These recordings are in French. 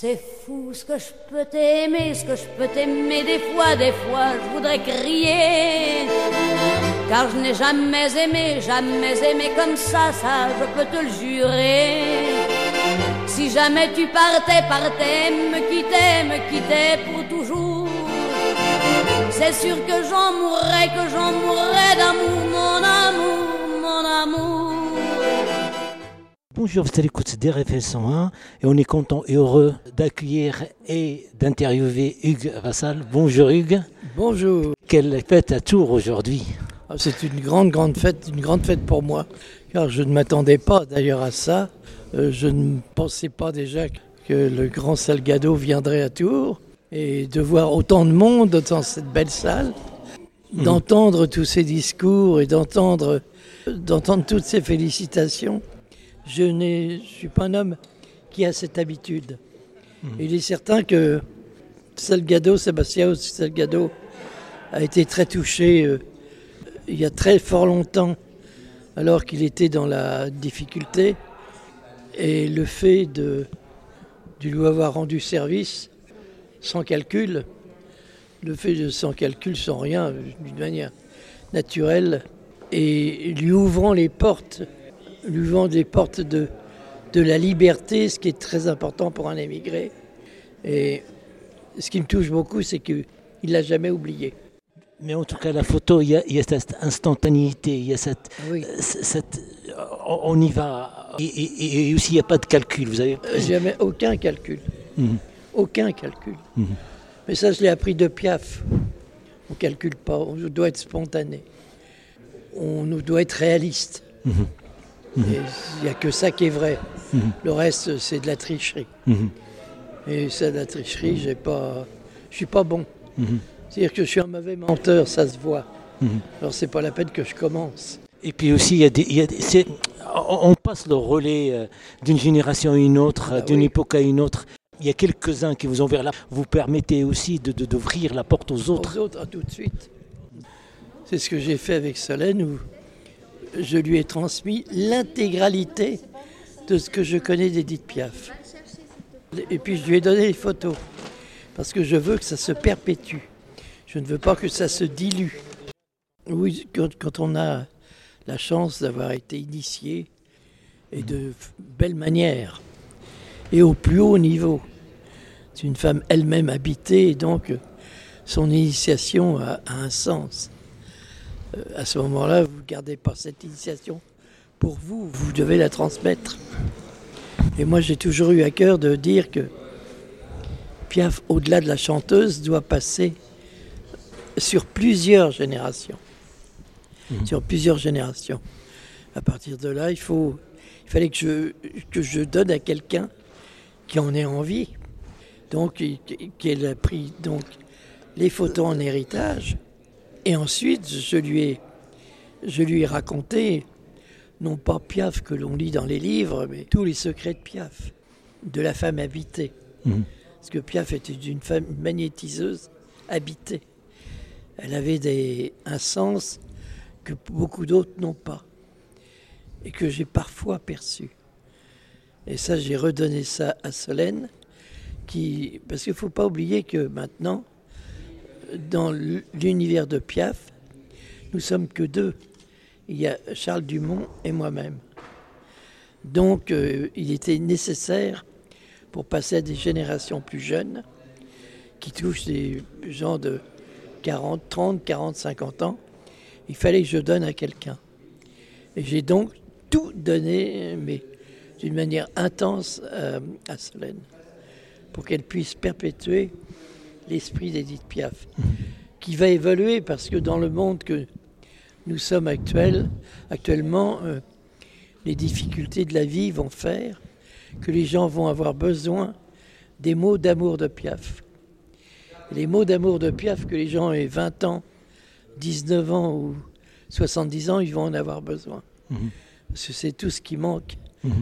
C'est fou ce que je peux t'aimer, ce que je peux t'aimer des fois je voudrais crier. Car je n'ai jamais aimé comme ça je peux te le jurer. Si jamais tu partais, me quittais pour toujours, c'est sûr que j'en mourrais d'amour, mon amour. Bonjour, vous êtes à l'écoute d'RFL 101 et on est content et heureux d'accueillir et d'interviewer Hugues Vassal. Bonjour Hugues. Bonjour. Quelle fête à Tours aujourd'hui? C'est une grande fête pour moi, car je ne m'attendais pas d'ailleurs à ça. Je ne pensais pas déjà que le grand Salgado viendrait à Tours et de voir autant de monde dans cette belle salle, d'entendre tous ces discours et d'entendre toutes ces félicitations. Je ne suis pas un homme qui a cette habitude. Il est certain que Sébastien Salgado a été très touché il y a très fort longtemps, alors qu'il était dans la difficulté. Et le fait de lui avoir rendu service sans calcul, sans rien, d'une manière naturelle, et lui ouvrant les portes de la liberté, ce qui est très important pour un émigré. Et ce qui me touche beaucoup, c'est qu'il ne l'a jamais oublié. Mais en tout cas, la photo, il y a cette instantanéité, il y a Oui. On y va. Et aussi, il n'y a pas de calcul. Vous avez Jamais aucun calcul. Aucun calcul. Mais ça, je l'ai appris de Piaf. On ne calcule pas, on doit être spontané. On doit être réaliste. Et il n'y a que ça qui est vrai. Le reste, c'est de la tricherie. Et ça, de la tricherie, je ne suis pas bon. C'est-à-dire que je suis un mauvais menteur, ça se voit. Alors, c'est pas la peine que je commence. Et puis aussi, on passe le relais d'une génération à une autre, d'une époque à une autre. Il y a quelques-uns qui vous ont vers là. Vous permettez aussi d'ouvrir la porte aux autres. Aux autres, tout de suite. C'est ce que j'ai fait avec Solène, où je lui ai transmis l'intégralité de ce que je connais d'Édith Piaf. Et puis je lui ai donné les photos, parce que je veux que ça se perpétue. Je ne veux pas que ça se dilue. Oui, quand on a la chance d'avoir été initié, et de belle manière, et au plus haut niveau. C'est une femme elle-même habitée, et donc son initiation a un sens. À ce moment-là, vous ne gardez pas cette initiation pour vous, vous devez la transmettre. Et moi, j'ai toujours eu à cœur de dire que Piaf, au-delà de la chanteuse, doit passer sur plusieurs générations. Sur plusieurs générations. À partir de là, il fallait que je donne à quelqu'un qui en ait envie. Donc, qu'elle a pris les photos en héritage. Et ensuite, je lui ai raconté, non pas Piaf que l'on lit dans les livres, mais tous les secrets de Piaf, de la femme habitée. Parce que Piaf était une femme magnétiseuse habitée. Elle avait un sens que beaucoup d'autres n'ont pas, et que j'ai parfois perçu. Et ça, j'ai redonné ça à Solène, parce qu'il ne faut pas oublier que maintenant, dans l'univers de Piaf, nous sommes que deux. Il y a Charles Dumont et moi-même. Donc, il était nécessaire, pour passer à des générations plus jeunes, qui touchent des gens de 40, 30, 40, 50 ans, il fallait que je donne à quelqu'un. Et j'ai donc tout donné, mais d'une manière intense, à Solène, pour qu'elle puisse perpétuer l'esprit d'Édith Piaf, qui va évoluer, parce que dans le monde que nous sommes actuellement, les difficultés de la vie vont faire que les gens vont avoir besoin des mots d'amour de Piaf. Et les mots d'amour de Piaf, que les gens aient 20 ans, 19 ans ou 70 ans, ils vont en avoir besoin. Parce que c'est tout ce qui manque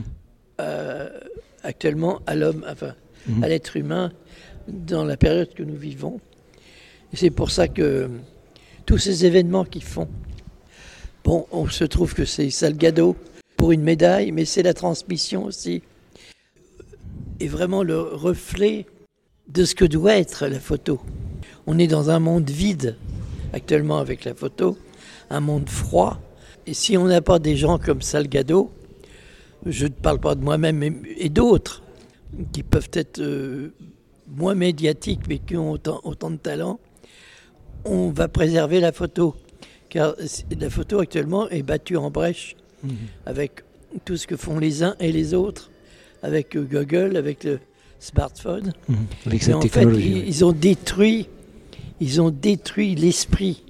actuellement à l'homme, à l'être humain, dans la période que nous vivons. Et c'est pour ça que tous ces événements qu'ils font, on se trouve que c'est Salgado pour une médaille, mais c'est la transmission aussi. est vraiment le reflet de ce que doit être la photo. On est dans un monde vide actuellement avec la photo, un monde froid. Et si on n'a pas des gens comme Salgado, je ne parle pas de moi-même et d'autres, qui peuvent être moins médiatiques mais qui ont autant de talent, on va préserver la photo. Car la photo actuellement est battue en brèche avec tout ce que font les uns et les autres, avec Google, avec le smartphone. Avec cette en technologie. fait, ils ont détruit l'esprit,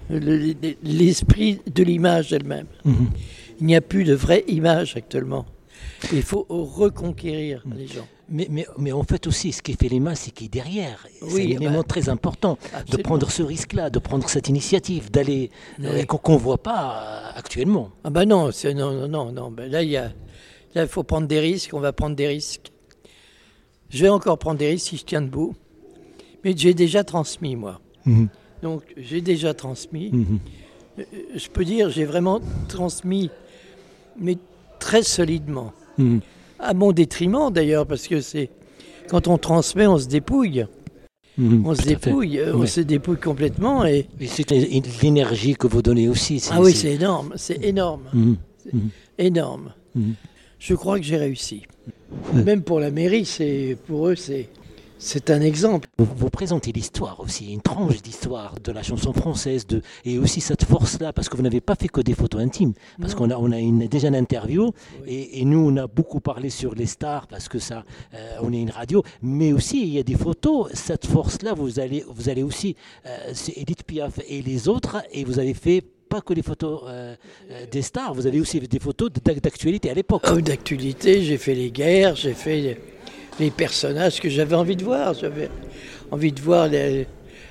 l'esprit de l'image elle-même. Il n'y a plus de vraie image actuellement. Il faut reconquérir les gens. Mais en fait aussi, ce qui fait les mains, c'est qui est derrière. Oui, c'est un élément très important de prendre ce risque-là, de prendre cette initiative, d'aller qu'on ne voit pas actuellement. Ah ben non, non. Ben là, il faut prendre des risques, on va prendre des risques. Je vais encore prendre des risques si je tiens debout. Mais j'ai déjà transmis, moi. Donc, j'ai déjà transmis. Je peux dire, j'ai vraiment transmis, mais très solidement. À mon détriment, d'ailleurs, parce que quand on transmet, on se dépouille. On se dépouille complètement. Et c'est l'énergie que vous donnez aussi. C'est énorme. C'est énorme. Énorme. Je crois que j'ai réussi. Même pour la mairie, pour eux, c'est un exemple. Vous présentez l'histoire aussi, une tranche d'histoire de la chanson française, et aussi cette force-là, parce que vous n'avez pas fait que des photos intimes, parce qu'on a déjà une interview, et nous on a beaucoup parlé sur les stars, parce que ça, on est une radio, mais aussi il y a des photos, cette force-là, vous allez aussi, c'est Édith Piaf et les autres, et vous avez fait pas que les photos des stars, vous avez aussi des photos d'actualité à l'époque. D'actualité, j'ai fait les guerres, j'ai fait les personnages que j'avais envie de voir. J'avais envie de voir les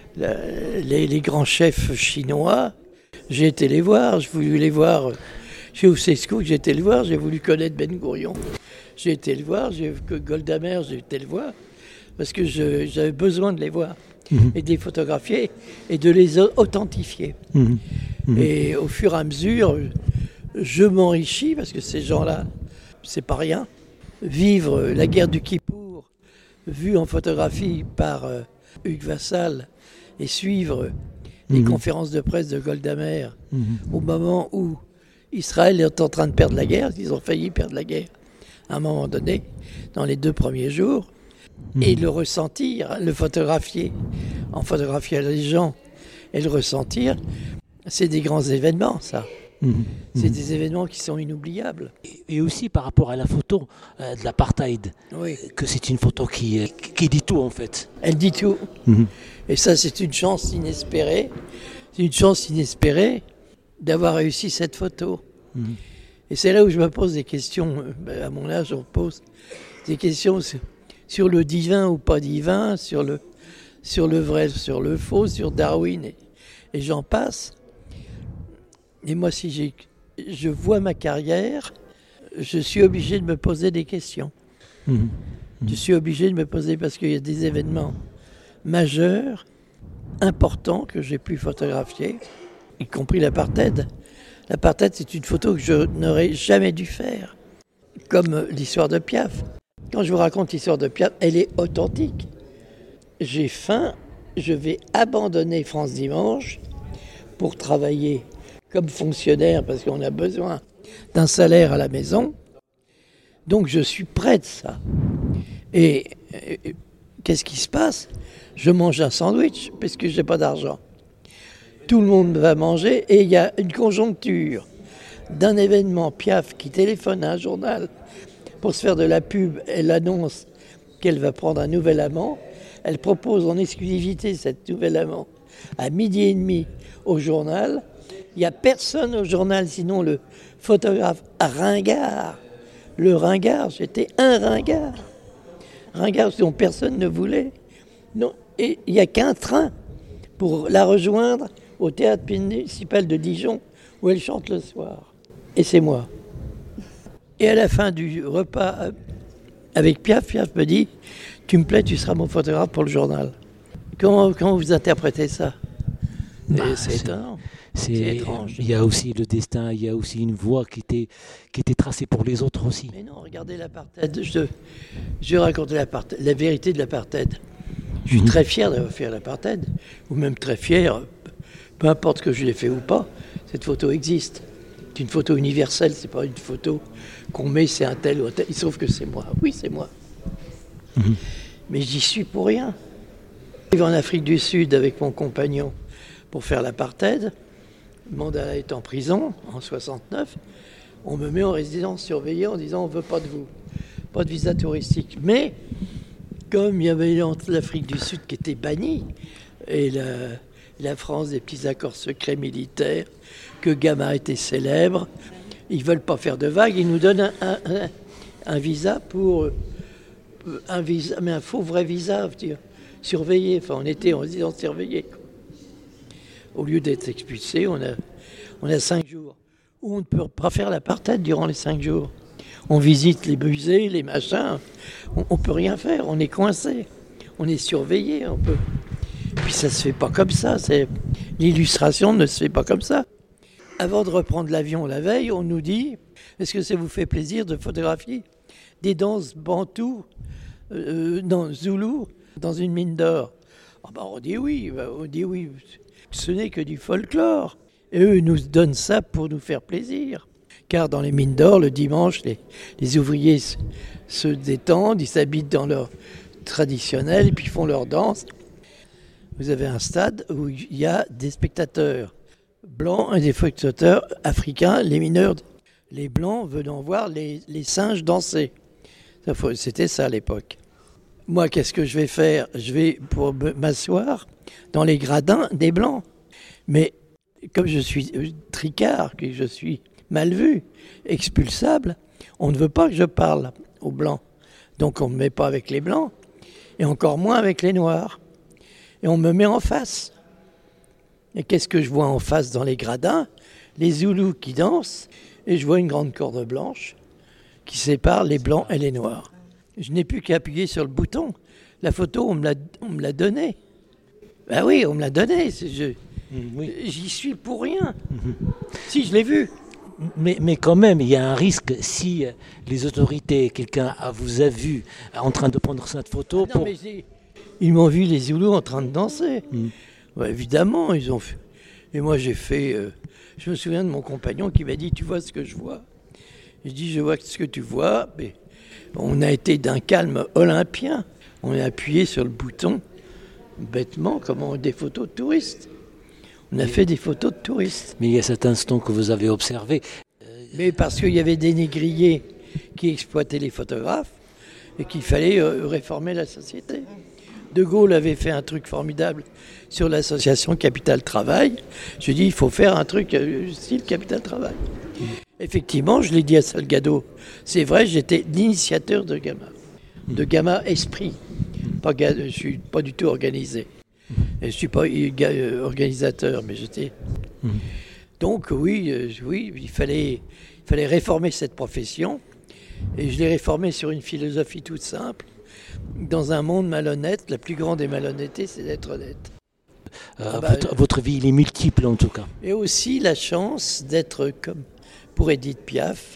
grands chefs chinois. J'ai été les voir, j'ai voulu les voir chez Ceausescu, j'ai été le voir, j'ai voulu connaître Ben Gourion. J'ai été le voir, Golda Meir, j'ai été le voir, parce que j'avais besoin de les voir, et de les photographier, et de les authentifier. Et au fur et à mesure, je m'enrichis, parce que ces gens-là, c'est pas rien. Vivre la guerre du Kippour, vue en photographie par Hugues Vassal, et suivre les conférences de presse de Golda Meir au moment où Israël est en train de perdre la guerre, ils ont failli perdre la guerre à un moment donné, dans les 2 premiers jours, et le ressentir, le photographier, en photographier les gens, et le ressentir, c'est des grands événements, ça. C'est des événements qui sont inoubliables. Et aussi par rapport à la photo de l'apartheid, que c'est une photo qui dit tout en fait. Elle dit tout. Et ça, c'est une chance inespérée. C'est une chance inespérée d'avoir réussi cette photo. Et c'est là où je me pose des questions. À mon âge, on pose des questions sur le divin ou pas divin, sur le vrai, sur le faux, sur Darwin, et j'en passe. Et moi, si je vois ma carrière, je suis obligé de me poser des questions. Je suis obligé de me poser, parce qu'il y a des événements majeurs, importants, que j'ai pu photographier, y compris l'apartheid. L'apartheid, c'est une photo que je n'aurais jamais dû faire, comme l'histoire de Piaf. Quand je vous raconte l'histoire de Piaf, elle est authentique. J'ai faim, je vais abandonner France Dimanche pour travailler comme fonctionnaire, parce qu'on a besoin d'un salaire à la maison. Donc je suis prêt de ça. Et qu'est-ce qui se passe? Je mange un sandwich, parce que je n'ai pas d'argent. Tout le monde va manger, et il y a une conjoncture d'un événement. Piaf qui téléphone à un journal pour se faire de la pub. Elle annonce qu'elle va prendre un nouvel amant. Elle propose en exclusivité cet nouvel amant à 12h30 au journal. Il n'y a personne au journal, sinon le photographe ringard. Le ringard, j'étais un ringard. Ringard dont personne ne voulait. Non, et il n'y a qu'un train pour la rejoindre au théâtre municipal de Dijon, où elle chante le soir. Et c'est moi. Et à la fin du repas avec Piaf, Piaf me dit « Tu me plais, tu seras mon photographe pour le journal ». Comment vous interprétez ça? C'est étonnant. étrange. Il y a aussi le destin, il y a aussi une voie qui était tracée pour les autres aussi. Mais non, regardez l'apartheid. Je raconte la vérité de l'apartheid. Je suis très fier d'avoir fait l'apartheid, ou même très fier, peu importe que je l'ai fait ou pas, cette photo existe. C'est une photo universelle, c'est pas une photo qu'on met, c'est un tel ou un tel. Il se trouve que c'est moi. Oui, c'est moi. Mais j'y suis pour rien. Je suis en Afrique du Sud avec mon compagnon pour faire l'apartheid. Mandela est en prison en 69. On me met en résidence surveillée en disant on ne veut pas de vous. Pas de visa touristique. Mais comme il y avait l'Afrique du Sud qui était bannie, et la France des petits accords secrets militaires, que Gama était célèbre, ils ne veulent pas faire de vagues, ils nous donnent un visa pour... Un visa, mais un faux vrai visa, surveillé. Enfin, on était en résidence surveillée. Au lieu d'être expulsé, on a 5 jours où on ne peut pas faire l'apartheid durant les 5 jours. On visite les musées, les machins. On peut rien faire. On est coincé. On est surveillé. Puis ça se fait pas comme ça. L'illustration ne se fait pas comme ça. Avant de reprendre l'avion la veille, on nous dit est-ce que ça vous fait plaisir de photographier des danses bantoues Zoulou dans une mine d'or? On dit oui. Ce n'est que du folklore. Et eux nous donnent ça pour nous faire plaisir. Car dans les mines d'or, le dimanche, les ouvriers se détendent, ils s'habitent dans leur traditionnel et puis font leur danse. Vous avez un stade où il y a des spectateurs blancs et des spectateurs africains, les mineurs, les blancs venant voir les singes danser. C'était ça à l'époque. Moi, qu'est-ce que je vais faire? Je vais pour m'asseoir dans les gradins des blancs. Mais comme je suis tricard, que je suis mal vu, expulsable, on ne veut pas que je parle aux blancs. Donc on ne me met pas avec les blancs, et encore moins avec les noirs. Et on me met en face. Et qu'est-ce que je vois en face dans les gradins? Les Zoulous qui dansent, et je vois une grande corde blanche qui sépare les blancs et les noirs. Je n'ai plus qu'à appuyer sur le bouton. La photo, on me l'a donnée. Ben oui, on me l'a donnée. J'y suis pour rien. Si, je l'ai vu. Mais quand même, il y a un risque si les autorités, quelqu'un vous a vu en train de prendre cette photo. Ils m'ont vu les Zoulous en train de danser. Ouais, évidemment, ils ont fait. Et moi, j'ai fait. Je me souviens de mon compagnon qui m'a dit tu vois ce que je vois? Je dis je vois ce que tu vois. Mais on a été d'un calme olympien. On a appuyé sur le bouton bêtement comme des photos de touristes. On a fait des photos de touristes. Mais il y a cet instant que vous avez observé. Mais parce qu'il y avait des négriers qui exploitaient les photographes et qu'il fallait réformer la société. De Gaulle avait fait un truc formidable sur l'association Capital Travail. Je dis il faut faire un truc style Capital Travail. Effectivement, je l'ai dit à Salgado. C'est vrai, j'étais l'initiateur de Gama Esprit. Je ne suis pas du tout organisé. Je ne suis pas organisateur, mais j'étais... Donc oui, il fallait réformer cette profession. Et je l'ai réformée sur une philosophie toute simple. Dans un monde malhonnête, la plus grande des malhonnêtetés, c'est d'être honnête. Votre vie, elle est multiple en tout cas. Et aussi la chance d'être, comme pour Édith Piaf,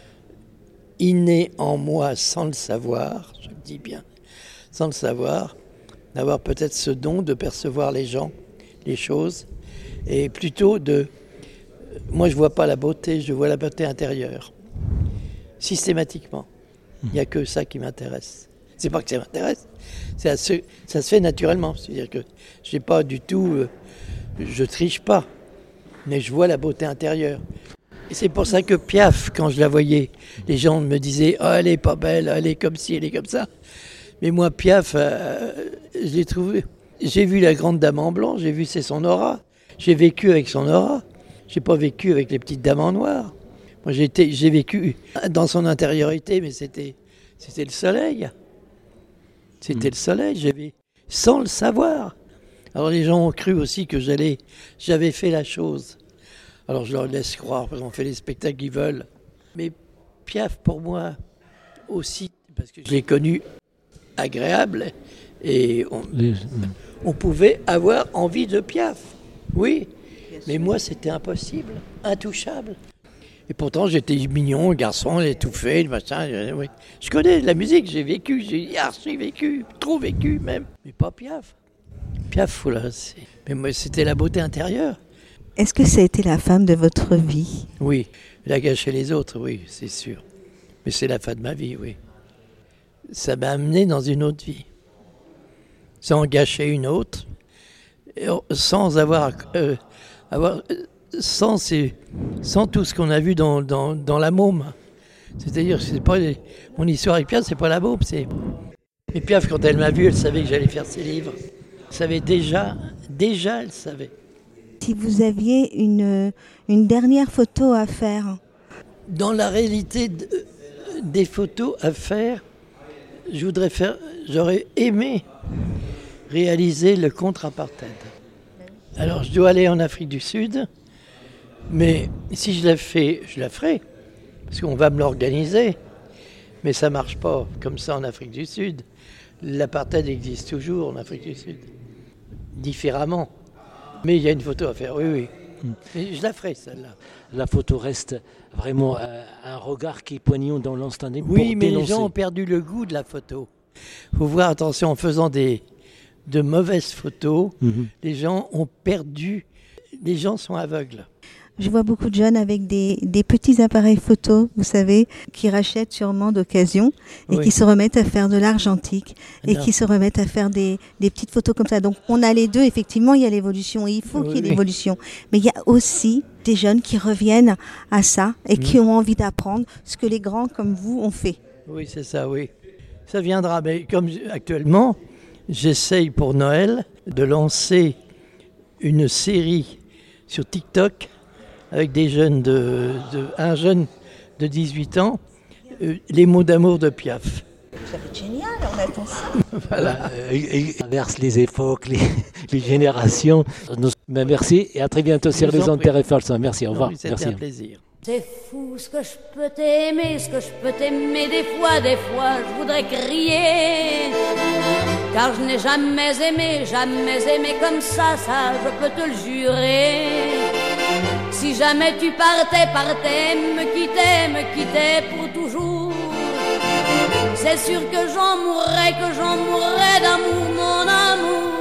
inné en moi sans le savoir, je le dis bien, sans le savoir, d'avoir peut-être ce don de percevoir les gens, les choses, et plutôt moi je ne vois pas la beauté, je vois la beauté intérieure, systématiquement. Il n'y a que ça qui m'intéresse. C'est pas que ça m'intéresse, ça se fait naturellement. C'est-à-dire que je n'ai pas du tout, je triche pas, mais je vois la beauté intérieure. Et c'est pour ça que Piaf, quand je la voyais, les gens me disaient « Oh, elle est pas belle, elle est comme ci, elle est comme ça ». Mais moi, Piaf, je l'ai trouvé. J'ai vu la grande dame en blanc, j'ai vu c'est son aura. J'ai vécu avec son aura. J'ai pas vécu avec les petites dames en noir. Moi, j'ai vécu dans son intériorité, mais c'était le soleil. C'était le soleil, j'avais sans le savoir. Alors les gens ont cru aussi que j'avais fait la chose. Alors je leur laisse croire, parce qu'on fait les spectacles qu'ils veulent. Mais Piaf, pour moi, aussi, parce que je l'ai connu agréable, et on pouvait avoir envie de Piaf. Oui. Mais moi, c'était impossible, intouchable. Et pourtant, j'étais mignon, garçon, étouffé, le machin. Oui. Je connais la musique, j'ai vécu, j'ai archi vécu, trop vécu même. Mais pas Piaf. Piaf, voilà, mais moi, c'était la beauté intérieure. Est-ce que ça a été la femme de votre vie? Oui, elle a gâché les autres, oui, c'est sûr. Mais c'est la fin de ma vie, oui. Ça m'a amené dans une autre vie. Sans gâcher une autre, sans sans tout ce qu'on a vu dans la môme. C'est-à-dire, c'est pas mon histoire avec Piaf, c'est pas la môme. Mais Piaf, quand elle m'a vu, elle savait que j'allais faire ses livres. Elle savait déjà elle savait. Si vous aviez une dernière photo à faire? Dans la réalité des photos à faire, j'aurais aimé réaliser le contre-apartheid. Alors je dois aller en Afrique du Sud, mais si je la fais, je la ferai, parce qu'on va me l'organiser. Mais ça ne marche pas comme ça en Afrique du Sud. L'apartheid existe toujours en Afrique du Sud, différemment. Mais il y a une photo à faire, oui. Et je la ferai, celle-là. La photo reste vraiment un regard qui est poignant dans l'instant. Oui, mais les gens ont perdu le goût de la photo. Il faut voir, attention, en faisant de mauvaises photos, les gens ont perdu, les gens sont aveugles. Je vois beaucoup de jeunes avec des petits appareils photo, vous savez, qui rachètent sûrement d'occasion et qui se remettent à faire de l'argentique et qui se remettent à faire des petites photos comme ça. Donc on a les deux, effectivement, il y a l'évolution et il faut qu'il y ait l'évolution. Mais il y a aussi des jeunes qui reviennent à ça et qui ont envie d'apprendre ce que les grands comme vous ont fait. Oui, c'est ça, oui. Ça viendra, mais comme actuellement, j'essaye pour Noël de lancer une série sur TikTok avec des jeunes un jeune de 18 ans, les mots d'amour de Piaf. Ça va être génial, on attend ça. Voilà. Il traverse les époques, les générations. Merci et à très bientôt sur les ondes TRFL. Merci, au revoir. C'était un plaisir. C'est fou ce que je peux t'aimer, des fois je voudrais crier. Car je n'ai jamais aimé comme ça, je peux te le jurer. Si jamais tu partais, me quittais pour toujours, c'est sûr que j'en mourrais d'amour, mon amour.